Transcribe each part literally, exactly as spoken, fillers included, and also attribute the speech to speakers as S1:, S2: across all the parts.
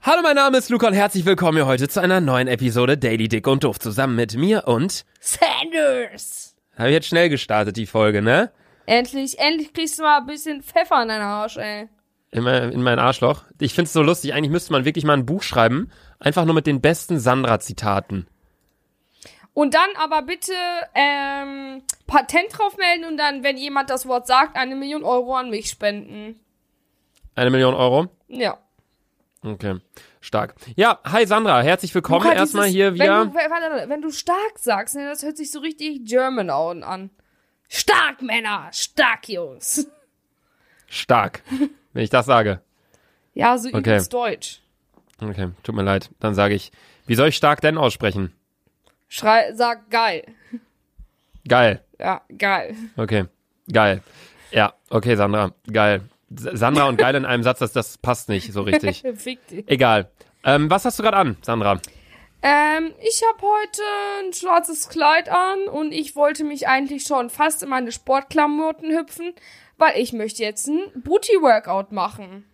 S1: Hallo, mein Name ist Luca und herzlich willkommen hier heute zu einer neuen Episode Daily Dick und Doof zusammen mit mir und
S2: Sanders.
S1: Habe ich jetzt schnell gestartet, die Folge, ne?
S2: Endlich, endlich kriegst du mal ein bisschen Pfeffer in deinen Arsch, ey.
S1: In mein, in mein Arschloch. Ich find's so lustig, eigentlich müsste man wirklich mal ein Buch schreiben, einfach nur mit den besten Sandra-Zitaten.
S2: Und dann aber bitte ähm, Patent drauf melden und dann, wenn jemand das Wort sagt, eine Million Euro an mich spenden.
S1: Eine Million Euro?
S2: Ja.
S1: Okay, stark. Ja, hi Sandra, herzlich willkommen
S2: Luca,
S1: erstmal
S2: dieses,
S1: hier wieder.
S2: Wenn du, warte, wenn du stark sagst, ne, das hört sich so richtig German an. Stark, Männer, stark, Jungs.
S1: Stark, wenn ich das sage.
S2: Ja, so
S1: Okay.
S2: übelst Deutsch.
S1: Okay, tut mir leid. Dann sage ich, wie soll ich stark denn aussprechen?
S2: Schrei, sag geil.
S1: Geil.
S2: Ja, geil.
S1: Okay, geil. Ja, okay, Sandra, geil. S- Sandra und geil in einem Satz, das, das passt nicht so richtig.
S2: Fick dich.
S1: Egal. Ähm, was hast du gerade an, Sandra?
S2: Ähm, ich habe heute ein schwarzes Kleid an und ich wollte mich eigentlich schon fast in meine Sportklamotten hüpfen, weil ich möchte jetzt ein Booty-Workout machen.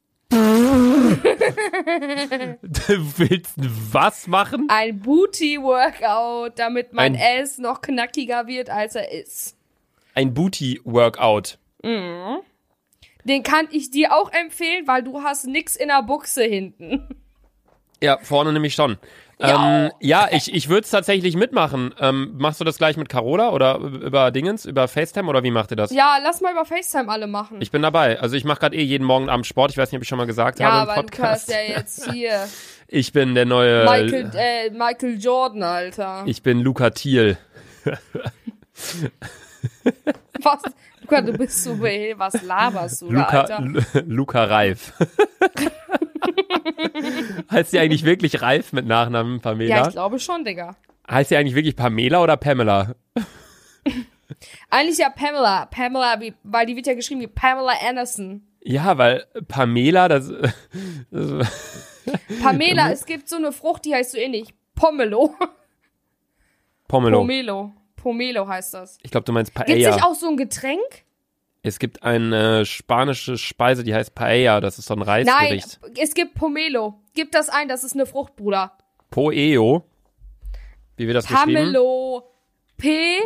S1: Du willst was machen?
S2: Ein Booty-Workout, damit mein
S1: Ein-
S2: Ass noch knackiger wird, als er ist.
S1: Ein Booty-Workout.
S2: Mhm. Den kann ich dir auch empfehlen, weil du hast nix in der Buchse hinten.
S1: Ja, vorne nämlich schon.
S2: Ja.
S1: Ähm, ja, ich, ich würde es tatsächlich mitmachen. Ähm, machst du das gleich mit Carola oder über Dingens, über FaceTime oder wie macht ihr das?
S2: Ja, lass mal über FaceTime alle machen.
S1: Ich bin dabei. Also ich mache gerade eh jeden Morgen Abend Sport. Ich weiß nicht, ob ich schon mal gesagt
S2: ja,
S1: habe im
S2: aber du
S1: Podcast.
S2: hast ja jetzt hier
S1: Ich bin der neue...
S2: Michael, äh, Michael Jordan, Alter.
S1: Ich bin Luca Thiel.
S2: Was? Luca, du bist so behel, was laberst du da,
S1: Luca,
S2: Alter?
S1: Lu- Luca Reif. Heißt sie eigentlich wirklich Reif mit Nachnamen, Pamela?
S2: Ja, ich glaube schon, Digga.
S1: Heißt sie eigentlich wirklich Pamela oder Pamela?
S2: Eigentlich ja Pamela. Pamela, wie, weil die wird ja geschrieben wie Pamela Anderson.
S1: Ja, weil Pamela, das... das
S2: Pamela, es gibt so eine Frucht, die heißt so ähnlich. Pomelo.
S1: Pomelo.
S2: Pomelo. Pomelo heißt das.
S1: Ich glaube, du meinst
S2: Gibt's
S1: Paella.
S2: nicht auch so ein Getränk?
S1: Es gibt eine spanische Speise, die heißt Paella. Das ist so ein
S2: Nein,
S1: Reisgericht.
S2: es gibt Pomelo. Gib das ein, das ist eine Frucht, Bruder.
S1: Poeo. Wie wird das geschrieben?
S2: Pamelo. P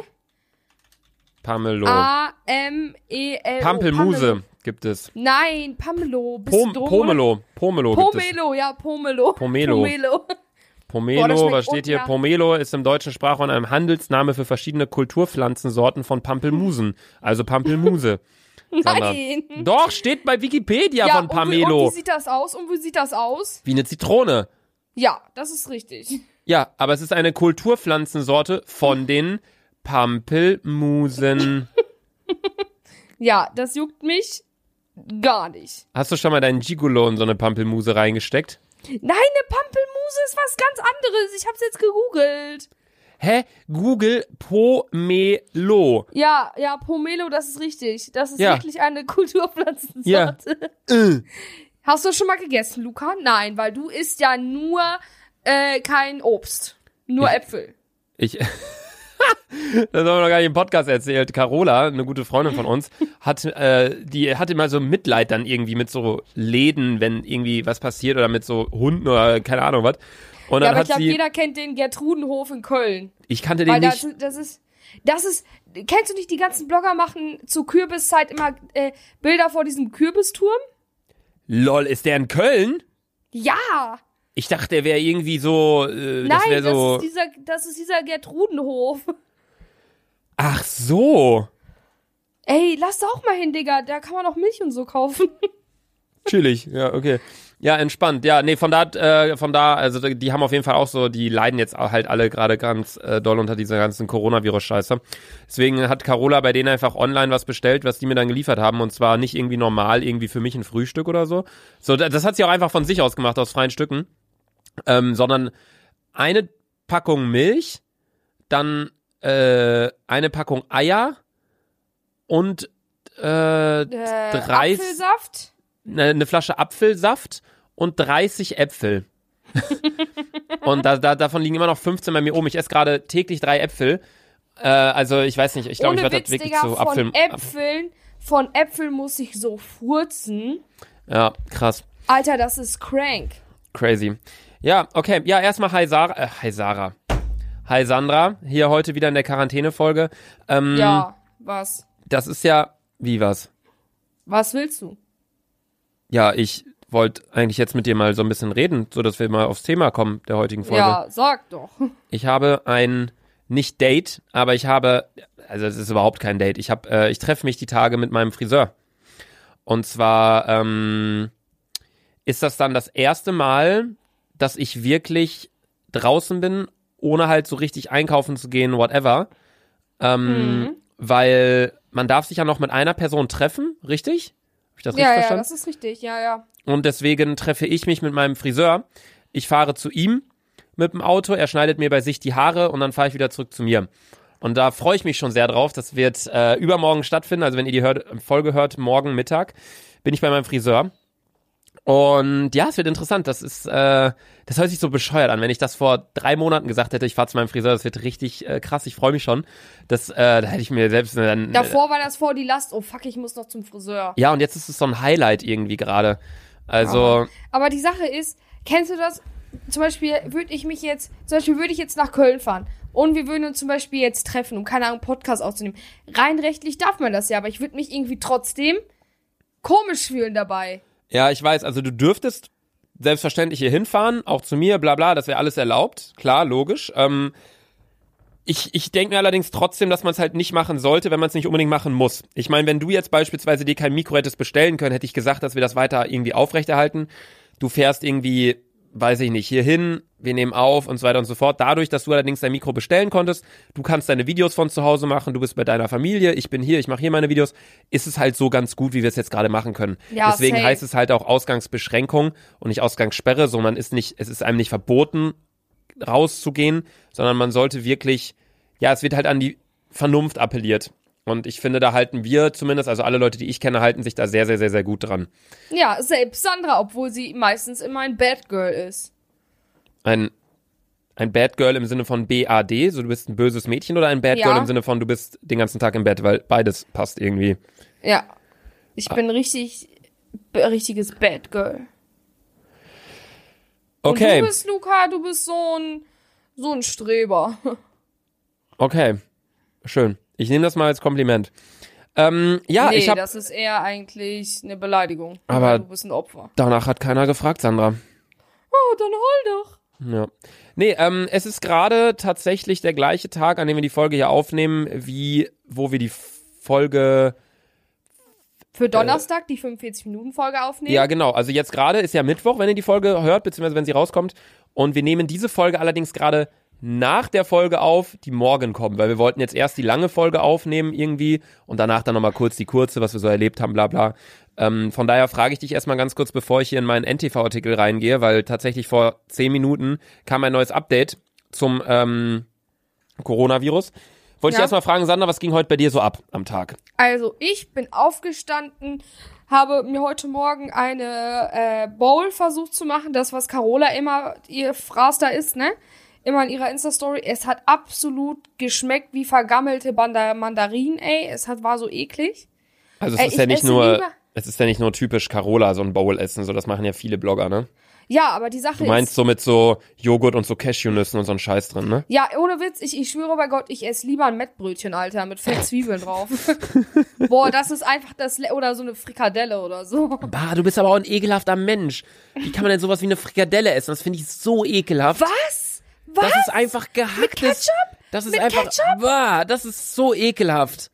S1: Pamelo.
S2: A M E L O.
S1: Pampelmuse gibt es.
S2: Nein, Pamelo. Bist
S1: Pom
S2: du dumm,
S1: Pomelo. Pomelo gibt es.
S2: Pomelo, ja, Pomelo.
S1: Pomelo.
S2: Pomelo. Boah, das
S1: Pomelo,
S2: schmeckt
S1: was steht hier?
S2: unter-
S1: Pomelo ist im deutschen Sprachraum ein Handelsname für verschiedene Kulturpflanzensorten von Pampelmusen. Also Pampelmuse. Sandra.
S2: Nein.
S1: Doch, steht bei Wikipedia
S2: Ja,
S1: von
S2: und wie,
S1: Pamelo.
S2: und wie sieht das aus? Und wie sieht das aus?
S1: Wie eine Zitrone.
S2: Ja, das ist richtig.
S1: Ja, aber es ist eine Kulturpflanzensorte von den Pampelmusen.
S2: Ja, das juckt mich gar nicht.
S1: Hast du schon mal deinen Gigolo in so eine Pampelmuse reingesteckt?
S2: Nein, eine Pampelmuse ist was ganz anderes. Ich hab's jetzt gegoogelt.
S1: Hä? Google Pomelo.
S2: Ja, ja, Pomelo, das ist richtig. Das ist
S1: Ja.
S2: wirklich eine Kulturpflanzensorte.
S1: Ja. Äh.
S2: Hast du schon mal gegessen, Luca? Nein, weil du isst ja nur äh, kein Obst. Nur
S1: Ich-
S2: Äpfel.
S1: Ich. Das haben wir noch gar nicht im Podcast erzählt. Carola, eine gute Freundin von uns, hat, äh, die hatte mal so Mitleid dann irgendwie mit so Läden, wenn irgendwie was passiert oder mit so Hunden oder keine Ahnung was. Und
S2: Ja,
S1: dann
S2: aber ich
S1: hat
S2: glaube,
S1: sie,
S2: jeder kennt den Gertrudenhof in Köln.
S1: ich kannte den
S2: Weil
S1: nicht.
S2: das, das ist, das ist, kennst du nicht, die ganzen Blogger machen zu Kürbiszeit immer äh, Bilder vor diesem Kürbisturm?
S1: Lol, ist der in Köln?
S2: Ja!
S1: Ich dachte, der wäre irgendwie so, äh, das
S2: Nein,
S1: wäre
S2: das,
S1: so.
S2: ist dieser, das ist dieser Gertrudenhof.
S1: Ach so.
S2: Ey, lass da auch mal hin, Digga. Da kann man auch Milch und so kaufen.
S1: Chillig, ja, okay. Ja, entspannt. Ja, nee, von da, äh, von da, also die haben auf jeden Fall auch so, die leiden jetzt halt alle gerade ganz äh, doll unter dieser ganzen Coronavirus-Scheiße. Deswegen hat Carola bei denen einfach online was bestellt, was die mir dann geliefert haben. Und zwar nicht irgendwie normal, irgendwie für mich ein Frühstück oder so. So, das hat sie auch einfach von sich aus gemacht, aus freien Stücken. Ähm, sondern eine Packung Milch, dann äh, eine Packung Eier und äh,
S2: Äh,
S1: dreißig
S2: Apfelsaft?
S1: eine, eine Flasche Apfelsaft und dreißig Äpfel. Und da, da, davon liegen immer noch fünfzehn bei mir oben. Ich esse gerade täglich drei Äpfel. Äh, also ich weiß nicht, ich glaube, ich
S2: Ohne
S1: werde
S2: Witz,
S1: das wirklich
S2: Digga,
S1: so Apfel...
S2: von Äpfeln, von Äpfeln muss ich so furzen.
S1: Ja, krass.
S2: Alter, das ist crank.
S1: Crazy. Ja, okay. Ja, erstmal hi Sarah. Äh, hi Sarah. Hi Sandra. Hier heute wieder in der Quarantäne-Folge. Ähm,
S2: Ja, was?
S1: Das ist ja... Wie was?
S2: Was willst du?
S1: Ja, ich wollte eigentlich jetzt mit dir mal so ein bisschen reden, so dass wir mal aufs Thema kommen der heutigen Folge.
S2: Ja, sag doch.
S1: Ich habe ein, nicht Date, aber ich habe, also es ist überhaupt kein Date. Ich habe, äh, ich treffe mich die Tage mit meinem Friseur. Und zwar ähm, ist das dann das erste Mal, dass ich wirklich draußen bin, ohne halt so richtig einkaufen zu gehen, whatever. Ähm,
S2: Mhm.
S1: Weil man darf sich ja noch mit einer Person treffen, richtig? Habe ich das richtig
S2: Ja, ja,
S1: verstanden?
S2: das ist richtig, ja, ja.
S1: Und deswegen treffe ich mich mit meinem Friseur. Ich fahre zu ihm mit dem Auto, er schneidet mir bei sich die Haare und dann fahre ich wieder zurück zu mir. Und da freue ich mich schon sehr drauf. Das wird äh, übermorgen stattfinden. Also wenn ihr die hört, Folge hört, morgen Mittag bin ich bei meinem Friseur. Und ja, es wird interessant. Das ist, äh, das hört sich so bescheuert an. Wenn ich das vor drei Monaten gesagt hätte, ich fahre zu meinem Friseur, das wird richtig äh, krass. Ich freue mich schon. Das, äh, da hätte ich mir selbst dann.
S2: Davor war das vor die Last. Oh fuck, ich muss noch zum Friseur.
S1: Ja, und jetzt ist es so ein Highlight irgendwie gerade. Also.
S2: Aber die Sache ist, kennst du das? Zum Beispiel würde ich mich jetzt, zum Beispiel würde ich jetzt nach Köln fahren und wir würden uns zum Beispiel jetzt treffen, um keine Ahnung, Podcast aufzunehmen. Rein rechtlich darf man das ja, aber ich würde mich irgendwie trotzdem komisch fühlen dabei.
S1: Ja, ich weiß, also du dürftest selbstverständlich hier hinfahren, auch zu mir, bla bla, das wäre alles erlaubt, klar, logisch. Ähm, ich ich denke mir allerdings trotzdem, dass man es halt nicht machen sollte, wenn man es nicht unbedingt machen muss. Ich meine, wenn du jetzt beispielsweise dir kein Mikro hättest bestellen können, hätte ich gesagt, dass wir das weiter irgendwie aufrechterhalten. Du fährst irgendwie, weiß ich nicht, hier hin, wir nehmen auf und so weiter und so fort. Dadurch, dass du allerdings dein Mikro bestellen konntest, du kannst deine Videos von zu Hause machen, du bist bei deiner Familie, ich bin hier, ich mache hier meine Videos, ist es halt so ganz gut, wie wir es jetzt gerade machen können.
S2: Ja,
S1: Deswegen
S2: safe.
S1: heißt es halt auch Ausgangsbeschränkung und nicht Ausgangssperre, so man ist nicht, es ist einem nicht verboten, rauszugehen, sondern man sollte wirklich, ja, es wird halt an die Vernunft appelliert. Und ich finde, da halten wir zumindest, also alle Leute, die ich kenne, halten sich da sehr, sehr, sehr, sehr gut dran.
S2: Ja, selbst Sandra, obwohl sie meistens immer ein Bad Girl ist.
S1: Ein, ein Bad Girl im Sinne von B A D, so du bist ein böses Mädchen, oder ein Bad
S2: Ja.
S1: Girl im Sinne von du bist den ganzen Tag im Bett, weil beides passt irgendwie.
S2: Ja. Ich bin richtig, b- richtiges Bad Girl.
S1: Okay,
S2: Und du bist, Luca, du bist so ein, so ein Streber.
S1: okay, schön. Ich nehme das mal als Kompliment. Ähm, ja,
S2: nee,
S1: ich habe.
S2: das ist eher eigentlich eine Beleidigung.
S1: Aber-
S2: du bist ein Opfer.
S1: Danach hat keiner gefragt, Sandra.
S2: Oh, dann heul doch.
S1: Ja. Nee, ähm, es ist gerade tatsächlich der gleiche Tag, an dem wir die Folge hier aufnehmen, wie wo wir die Folge.
S2: Für Donnerstag die fünfundvierzig-Minuten-Folge aufnehmen.
S1: Ja, genau. Also jetzt gerade ist ja Mittwoch, wenn ihr die Folge hört, beziehungsweise wenn sie rauskommt. Und wir nehmen diese Folge allerdings gerade nach der Folge auf, die morgen kommt, weil wir wollten jetzt erst die lange Folge aufnehmen irgendwie und danach dann nochmal kurz die kurze, was wir so erlebt haben, bla bla. Ähm, von daher frage ich dich erstmal ganz kurz, bevor ich hier in meinen N T V-Artikel reingehe, weil tatsächlich vor zehn Minuten kam ein neues Update zum ähm, Coronavirus. Wollte ich
S2: Ja.
S1: erstmal fragen, Sandra, was ging heute bei dir so ab am Tag?
S2: Also, ich bin aufgestanden, habe mir heute Morgen eine äh, Bowl versucht zu machen, das, was Carola immer, ihr Fraß da ist, ne? Immer in ihrer Insta-Story. Es hat absolut geschmeckt wie vergammelte Banda- Mandarinen, ey. Es hat, war so eklig.
S1: Also es
S2: Ey,
S1: ist ja
S2: ich
S1: nicht
S2: esse
S1: nur,
S2: lieber-
S1: es ist ja nicht nur typisch Carola, so ein Bowl essen, so das machen ja viele Blogger, ne?
S2: Ja, aber die Sache
S1: Du meinst
S2: ist...
S1: so mit so Joghurt und so Cashewnüssen und so ein Scheiß drin, ne?
S2: Ja, ohne Witz, ich, ich schwöre bei Gott, ich esse lieber ein Mettbrötchen, Alter, mit fett Zwiebeln drauf. Boah, das ist einfach das... Le oder so eine Frikadelle oder so.
S1: Bah, du bist aber auch ein ekelhafter Mensch. Wie kann man denn sowas wie eine Frikadelle essen? Das finde ich so ekelhaft.
S2: Was? Was?
S1: Das ist einfach gehacktes.
S2: Ketchup?
S1: Das ist
S2: Mit
S1: einfach.
S2: Ketchup?
S1: Bah, das ist so ekelhaft.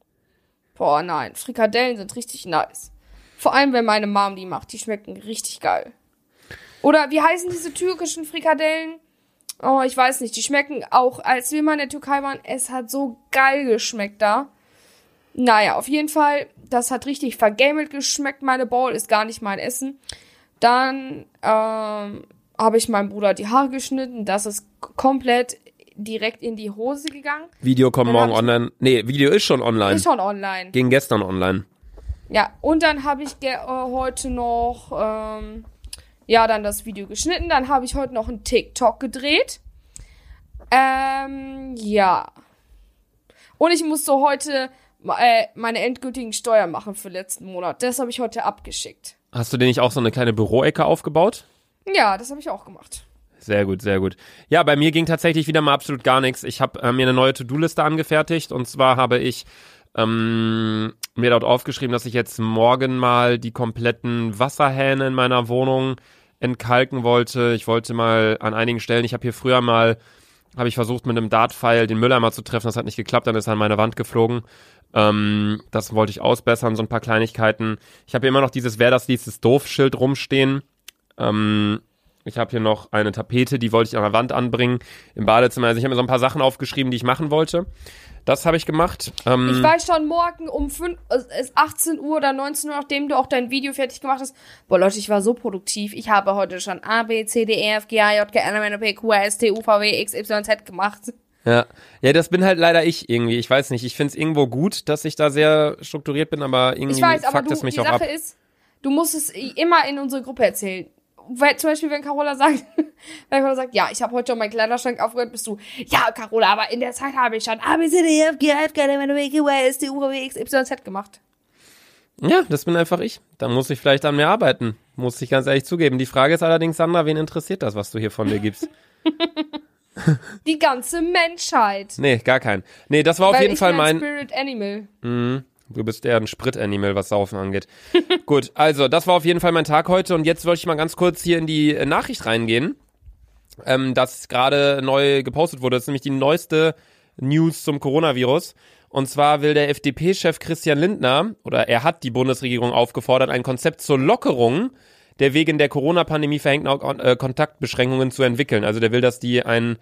S2: Boah, nein. Frikadellen sind richtig nice. Vor allem, wenn meine Mom die macht. Die schmecken richtig geil. Oder wie heißen diese türkischen Frikadellen? Oh, ich weiß nicht. Die schmecken auch, als wir mal in der Türkei waren, es hat so geil geschmeckt da. Naja, auf jeden Fall, das hat richtig vergamelt geschmeckt. Meine Bowl ist gar nicht mein Essen. Dann ähm, habe ich meinem Bruder die Haare geschnitten. Das ist k- komplett direkt in die Hose gegangen.
S1: Video kommt
S2: Dann
S1: morgen
S2: hab ich-
S1: online. Nee, Video ist schon online.
S2: Ist schon online.
S1: Ging gestern online.
S2: Ja, und dann habe ich ge- äh, heute noch, ähm, ja, dann das Video geschnitten. Dann habe ich heute noch einen TikTok gedreht. Ähm, ja. Und ich musste heute äh, meine endgültigen Steuern machen für letzten Monat. Das habe ich heute abgeschickt.
S1: Hast du dir nicht auch so eine kleine Büroecke aufgebaut?
S2: Ja, das habe ich auch gemacht.
S1: Sehr gut, sehr gut. Ja, bei mir ging tatsächlich wieder mal absolut gar nichts. Ich habe äh, mir eine neue To-Do-Liste angefertigt und zwar habe ich ähm, mir dort aufgeschrieben, dass ich jetzt morgen mal die kompletten Wasserhähne in meiner Wohnung entkalken wollte. Ich wollte mal an einigen Stellen, ich habe hier früher mal, habe ich versucht mit einem Dartpfeil den Mülleimer zu treffen, das hat nicht geklappt, dann ist er an meine Wand geflogen. Ähm, das wollte ich ausbessern, so ein paar Kleinigkeiten. Ich habe hier immer noch dieses Wer das liest, ist doof Schild rumstehen. Ähm, Ich habe hier noch eine Tapete, die wollte ich an der Wand anbringen im Badezimmer. Also ich habe mir so ein paar Sachen aufgeschrieben, die ich machen wollte. Das habe ich gemacht. Ähm,
S2: ich weiß schon, morgen um fünf, äh, ist achtzehn Uhr oder neunzehn Uhr, nachdem du auch dein Video fertig gemacht hast. Boah, Leute, ich war so produktiv. Ich habe heute schon A, B, C, D, E, F, G, H, J, K, L, M, N, O, P, Q, R, S, T, U, V, W, X, Y, Z gemacht.
S1: Ja. Ja, das bin halt leider ich irgendwie. Ich weiß nicht, ich finde es irgendwo gut, dass ich da sehr strukturiert bin, aber irgendwie
S2: ich weiß, aber
S1: fuckt
S2: du,
S1: es mich
S2: die
S1: auch
S2: Sache
S1: ab.
S2: ist, du musst es immer in unsere Gruppe erzählen. Weil, zum Beispiel, wenn Carola sagt, wenn Carola sagt, ja, ich habe heute schon meinen Kleiderschrank aufgehört, bist du, ja, Carola, aber in der Zeit habe ich schon A, B, C, D, E, F, G, H, F, G, L, M, N, O, P, Q, R, S, T, U, V, W, X, Y, Z gemacht.
S1: Ja, das bin einfach ich. Da muss ich vielleicht an mir arbeiten. Muss ich ganz ehrlich zugeben. Die Frage ist allerdings, Sandra, wen interessiert das, was du hier von dir gibst?
S2: Die ganze Menschheit.
S1: Nee, gar keinen. Nee, das war auf
S2: Weil
S1: jeden
S2: ich
S1: Fall
S2: bin
S1: mein...
S2: ein Spirit Animal.
S1: Mhm. Du bist eher ein Sprit-Animal, was Saufen angeht. Gut, also das war auf jeden Fall mein Tag heute und jetzt wollte ich mal ganz kurz hier in die Nachricht reingehen, ähm, das gerade neu gepostet wurde. Das ist nämlich die neueste News zum Coronavirus. Und zwar will der F D P-Chef Christian Lindner, oder er hat die Bundesregierung aufgefordert, ein Konzept zur Lockerung der wegen der Corona-Pandemie verhängten äh, Kontaktbeschränkungen zu entwickeln. Also der will, dass die ein...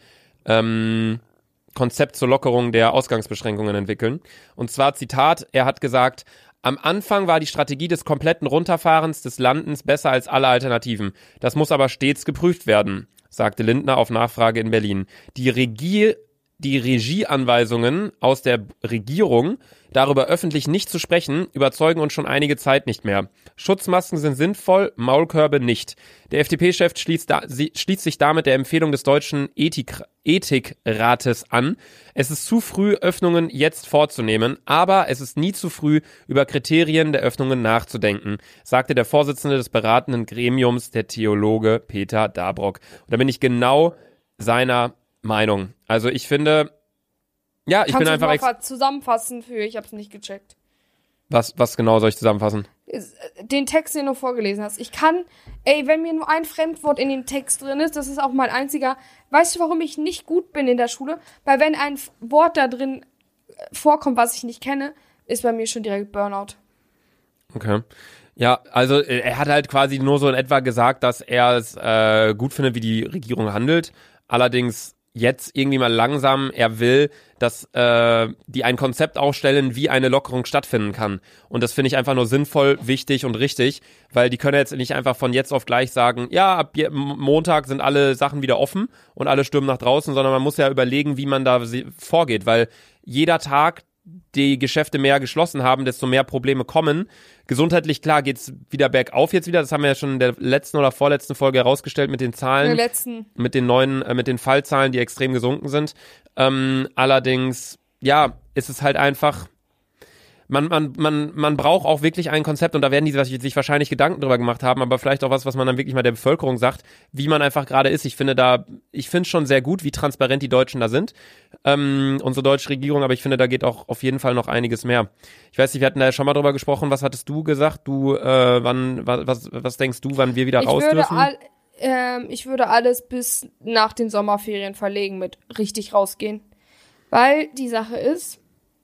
S1: Ähm, Konzept zur Lockerung der Ausgangsbeschränkungen entwickeln. Und zwar, Zitat, er hat gesagt, am Anfang war die Strategie des kompletten Runterfahrens des Landens besser als alle Alternativen. Das muss aber stets geprüft werden, sagte Lindner auf Nachfrage in Berlin. Die Regie, die Regieanweisungen aus der Regierung, darüber öffentlich nicht zu sprechen, überzeugen uns schon einige Zeit nicht mehr. Schutzmasken sind sinnvoll, Maulkörbe nicht. Der F D P-Chef schließt, da, sie, schließt sich damit der Empfehlung des Deutschen Ethik, Ethikrates an. Es ist zu früh, Öffnungen jetzt vorzunehmen, aber es ist nie zu früh, über Kriterien der Öffnungen nachzudenken, sagte der Vorsitzende des beratenden Gremiums, der Theologe Peter Dabrock. Und da bin ich genau seiner Meinung. Also ich finde, ja, ich
S2: Kannst
S1: bin einfach...
S2: Kannst du mal zusammenfassen für, ich hab's nicht gecheckt.
S1: Was, was genau soll ich zusammenfassen?
S2: Den Text, den du vorgelesen hast. Ich kann, ey, wenn mir nur ein Fremdwort in dem Text drin ist, das ist auch mein einziger, weißt du, warum ich nicht gut bin in der Schule? Weil wenn ein Wort da drin vorkommt, was ich nicht kenne, ist bei mir schon direkt Burnout.
S1: Okay. Ja, also er hat halt quasi nur so in etwa gesagt, dass er es äh, gut findet, wie die Regierung handelt. Allerdings jetzt irgendwie mal langsam, er will, dass äh, die ein Konzept aufstellen, wie eine Lockerung stattfinden kann. Und das finde ich einfach nur sinnvoll, wichtig und richtig, weil die können jetzt nicht einfach von jetzt auf gleich sagen, ja, ab Montag sind alle Sachen wieder offen und alle stürmen nach draußen, sondern man muss ja überlegen, wie man da vorgeht, weil jeder Tag die Geschäfte mehr geschlossen haben, desto mehr Probleme kommen. Gesundheitlich, klar, geht's wieder bergauf jetzt wieder. Das haben wir ja schon in der letzten oder vorletzten Folge herausgestellt mit den Zahlen.
S2: In der letzten.
S1: Mit den neuen, äh, mit den Fallzahlen, die extrem gesunken sind. Ähm, allerdings, ja, ist es halt einfach, man, man, man, man braucht auch wirklich ein Konzept und da werden die sich wahrscheinlich Gedanken drüber gemacht haben, aber vielleicht auch was, was man dann wirklich mal der Bevölkerung sagt, wie man einfach gerade ist. Ich finde da, ich finde schon sehr gut, wie transparent die Deutschen da sind, ähm, unsere deutsche Regierung, aber ich finde, da geht auch auf jeden Fall noch einiges mehr. Ich weiß nicht, wir hatten da ja schon mal drüber gesprochen, was hattest du gesagt? Du, äh, wann, was, was, was denkst du, wann wir wieder
S2: ich
S1: raus
S2: würde
S1: dürfen?
S2: All, ähm, ich würde alles bis nach den Sommerferien verlegen mit richtig rausgehen. Weil die Sache ist,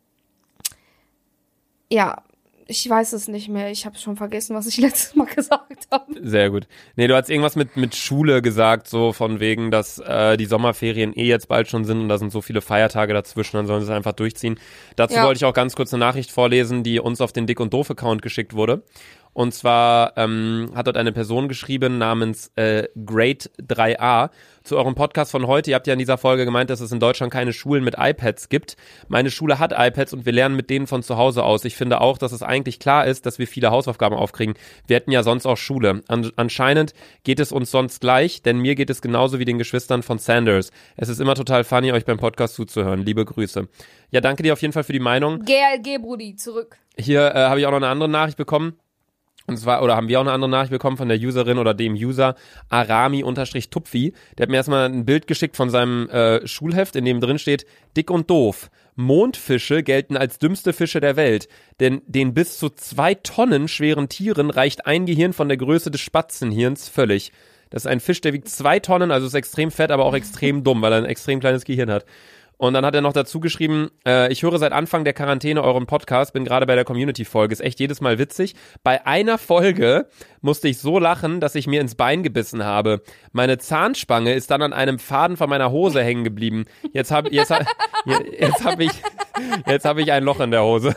S2: ja, ich weiß es nicht mehr. Ich habe schon vergessen, was ich letztes Mal gesagt habe.
S1: Sehr gut. Nee, du hast irgendwas mit mit Schule gesagt, so von wegen, dass äh, die Sommerferien eh jetzt bald schon sind und da sind so viele Feiertage dazwischen, dann sollen sie es einfach durchziehen. Dazu
S2: Ja.
S1: wollte ich auch ganz kurz eine Nachricht vorlesen, die uns auf den Dick und Doof Account geschickt wurde. Und zwar ähm, hat dort eine Person geschrieben namens äh, Grade drei a zu eurem Podcast von heute. Ihr habt ja in dieser Folge gemeint, dass es in Deutschland keine Schulen mit iPads gibt. Meine Schule hat iPads und wir lernen mit denen von zu Hause aus. Ich finde auch, dass es eigentlich klar ist, dass wir viele Hausaufgaben aufkriegen. Wir hätten ja sonst auch Schule. An- anscheinend geht es uns sonst gleich, denn mir geht es genauso wie den Geschwistern von Sanders. Es ist immer total funny, euch beim Podcast zuzuhören. Liebe Grüße. Ja, danke dir auf jeden Fall für die Meinung.
S2: G L G, Brudi, zurück.
S1: Hier äh, habe ich auch noch eine andere Nachricht bekommen. Und zwar, oder haben wir auch eine andere Nachricht bekommen von der Userin oder dem User Arami-Tupfi. Der hat mir erstmal ein Bild geschickt von seinem äh, Schulheft, in dem drin steht, dick und doof. Mondfische gelten als dümmste Fische der Welt, denn den bis zu zwei Tonnen schweren Tieren reicht ein Gehirn von der Größe des Spatzenhirns völlig. Das ist ein Fisch, der wiegt zwei Tonnen, also ist extrem fett, aber auch extrem dumm, weil er ein extrem kleines Gehirn hat. Und dann hat er noch dazu geschrieben, äh, ich höre seit Anfang der Quarantäne euren Podcast, bin gerade bei der Community-Folge, ist echt jedes Mal witzig. Bei einer Folge musste ich so lachen, dass ich mir ins Bein gebissen habe. Meine Zahnspange ist dann an einem Faden von meiner Hose hängen geblieben. Jetzt habe jetzt hab, jetzt hab ich, jetzt hab ich ein Loch in der Hose.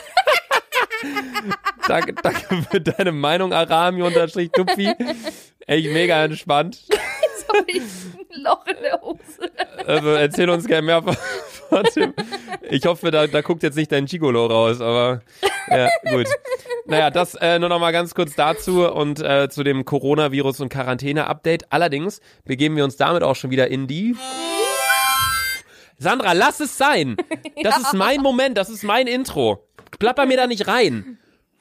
S1: danke, danke für deine Meinung, Arami-Tupfi. Echt mega entspannt.
S2: Jetzt habe ich ein Loch in der Hose.
S1: Also erzähl uns gerne mehr von, von dem. Ich hoffe, da, da guckt jetzt nicht dein Gigolo raus, aber ja, gut. Naja, das äh, nur noch mal ganz kurz dazu und äh, zu dem Coronavirus- und Quarantäne-Update. Allerdings begeben wir uns damit auch schon wieder in die... Sandra, lass es sein. Das ja. ist mein Moment, das ist mein Intro. Plapper mir da nicht rein.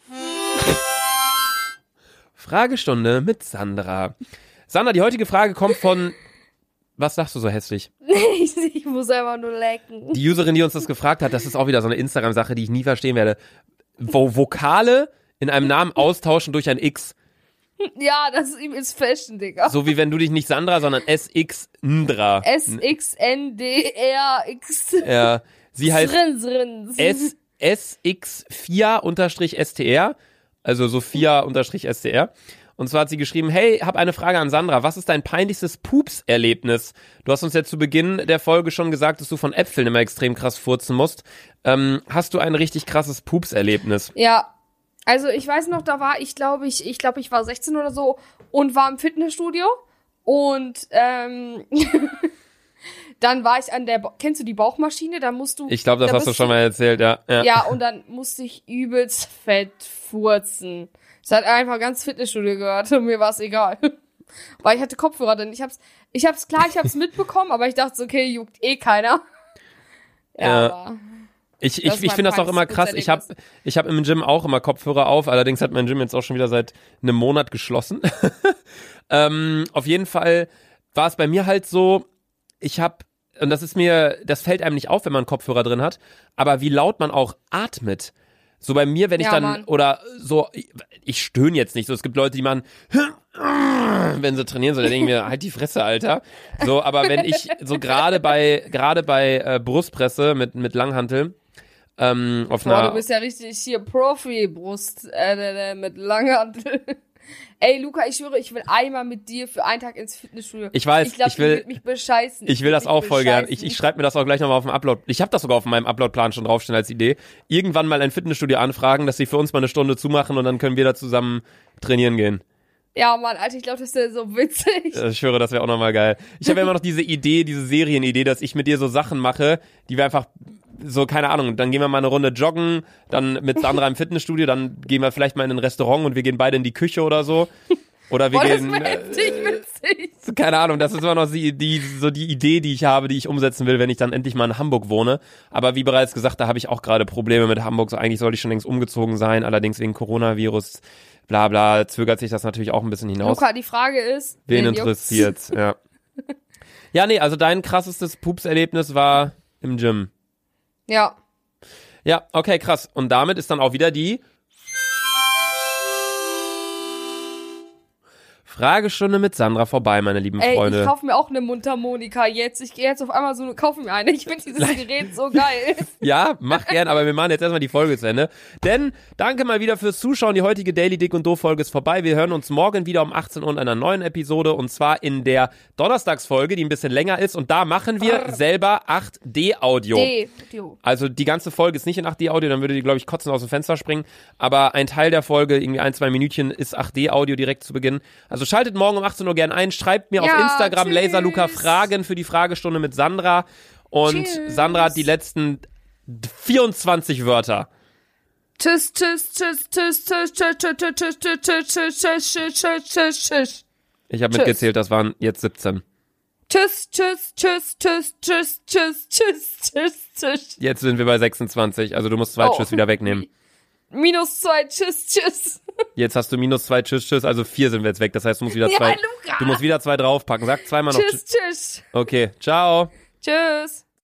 S1: Fragestunde mit Sandra. Sandra, die heutige Frage kommt von... Was sagst du so hässlich?
S2: ich, ich muss einfach nur lecken.
S1: Die Userin, die uns das gefragt hat, das ist auch wieder so eine Instagram-Sache, die ich nie verstehen werde. Wo Vokale in einem Namen austauschen durch ein X.
S2: Ja, das ist ihm ist Fashion, Digga.
S1: So wie wenn du dich nicht Sandra, sondern S X Ndra.
S2: S X N D R X.
S1: Ja, sie heißt
S2: Srin, srin.
S1: S S X vier S T R, also Sophia S T R. Und zwar hat sie geschrieben, hey, hab eine Frage an Sandra. Was ist dein peinlichstes Pups-Erlebnis? Du hast uns ja zu Beginn der Folge schon gesagt, dass du von Äpfeln immer extrem krass furzen musst. Ähm, hast du ein richtig krasses Pups-Erlebnis?
S2: Ja, also ich weiß noch, da war ich, glaube ich, ich glaube, ich war sechzehn oder so und war im Fitnessstudio. Und ähm, dann war ich an der, Ba- kennst du die Bauchmaschine? Da musst du...
S1: Ich glaube, das
S2: da
S1: hast du
S2: bist
S1: schon mal erzählt, ja.
S2: Ja, ja und dann musste ich übelst fett furzen. Es hat einfach ganz Fitnessstudio gehört und mir war es egal. Weil ich hatte Kopfhörer drin. Ich hab's, ich hab's, klar, ich hab's mitbekommen, aber ich dachte so, okay, juckt eh keiner. Ja,
S1: äh,
S2: aber
S1: Ich, ich, ich finde das auch immer krass. Ich habe ich hab im Gym auch immer Kopfhörer auf. Allerdings hat mein Gym jetzt auch schon wieder seit einem Monat geschlossen. ähm, auf jeden Fall war es bei mir halt so, ich habe, und das ist mir, das fällt einem nicht auf, wenn man Kopfhörer drin hat, aber wie laut man auch atmet. So bei mir, wenn ich
S2: ja,
S1: dann,
S2: Mann.
S1: oder so, ich, ich stöhne jetzt nicht so. Es gibt Leute, die machen, wenn sie trainieren, so, dann denke ich mir, halt die Fresse, Alter. So, aber wenn ich so gerade bei, gerade bei äh, Brustpresse mit, mit Langhantel, ähm, auf
S2: Boah,
S1: einer...
S2: du bist ja richtig hier Profi-Brust äh, mit Langhantel. Ey, Luca, ich schwöre, ich will einmal mit dir für einen Tag ins Fitnessstudio.
S1: Ich weiß,
S2: ich, glaub,
S1: ich will,
S2: du mich bescheißen.
S1: Ich will das auch voll gern. Ich,
S2: bescheißen.
S1: ich schreibe mir das auch gleich nochmal auf dem Upload. Ich habe das sogar auf meinem Uploadplan schon draufstehen als Idee. Irgendwann mal ein Fitnessstudio anfragen, dass sie für uns mal eine Stunde zumachen und dann können wir da zusammen trainieren gehen.
S2: Ja, Mann, Alter, ich glaube, das wäre so witzig.
S1: Ich schwöre, das wäre auch nochmal geil. Ich habe ja immer noch diese Idee, diese Serienidee, dass ich mit dir so Sachen mache, die wir einfach so, keine Ahnung, dann gehen wir mal eine Runde joggen, dann mit Sandra im Fitnessstudio, dann gehen wir vielleicht mal in ein Restaurant und wir gehen beide in die Küche oder so. Oder wir
S2: Boah,
S1: gehen.
S2: das wäre heftig witzig.
S1: So, keine Ahnung, das ist immer noch die, die, so die Idee, die ich habe, die ich umsetzen will, wenn ich dann endlich mal in Hamburg wohne. Aber wie bereits gesagt, da habe ich auch gerade Probleme mit Hamburg. So eigentlich sollte ich schon längst umgezogen sein, allerdings wegen Coronavirus, bla bla, zögert sich das natürlich auch ein bisschen hinaus.
S2: Luca, die Frage ist,
S1: Wen interessiert's, ja. Ja, nee, also dein krassestes Pups-Erlebnis war im Gym.
S2: Ja.
S1: Ja, okay, krass. Und damit ist dann auch wieder die Fragestunde mit Sandra vorbei, meine lieben
S2: Ey,
S1: Freunde.
S2: ich kaufe mir auch eine Mundharmonika jetzt. Ich gehe jetzt auf einmal so eine, kaufe mir eine. Ich finde dieses Gerät so geil.
S1: Ja, mach gern, aber wir machen jetzt erstmal die Folge zu Ende. Denn, danke mal wieder fürs Zuschauen. Die heutige Daily Dick und Doof Folge ist vorbei. Wir hören uns morgen wieder um achtzehn Uhr in einer neuen Episode. Und zwar in der Donnerstagsfolge, die ein bisschen länger ist. Und da machen wir Arr. selber acht D Audio.
S2: D.
S1: Also die ganze Folge ist nicht in acht D Audio, dann würde die, glaube ich, kotzen aus dem Fenster springen. Aber ein Teil der Folge, irgendwie ein, zwei Minütchen, ist acht D Audio direkt zu Beginn. Also schaltet morgen um achtzehn Uhr gern ein. Schreibt mir
S2: ja,
S1: auf Instagram
S2: tschüss.
S1: Laserluca Fragen für die Fragestunde mit Sandra. Und
S2: Tschüss.
S1: Sandra hat die letzten vierundzwanzig Wörter.
S2: Tschüss, tschüss, tschüss, tschüss, tschüss, tschüss, tschüss, tschüss, tschüss, tschüss, tschüss, tschüss, tschüss, tschüss.
S1: Ich habe mitgezählt, das waren jetzt siebzehn.
S2: Tschüss, tschüss, tschüss, tschüss, tschüss, tschüss, tschüss, tschüss, tschüss.
S1: Jetzt sind wir bei sechsundzwanzig, also du musst zwei
S2: Oh.
S1: Tschüss wieder wegnehmen.
S2: Minus zwei, tschüss, tschüss.
S1: Jetzt hast du minus zwei, tschüss, tschüss, also vier sind wir jetzt weg. Das heißt, du musst wieder
S2: Ja,
S1: zwei,
S2: Luca.
S1: du musst wieder zwei draufpacken. Sag zweimal noch
S2: Tschüss, tschüss.
S1: Okay, ciao.
S2: Tschüss.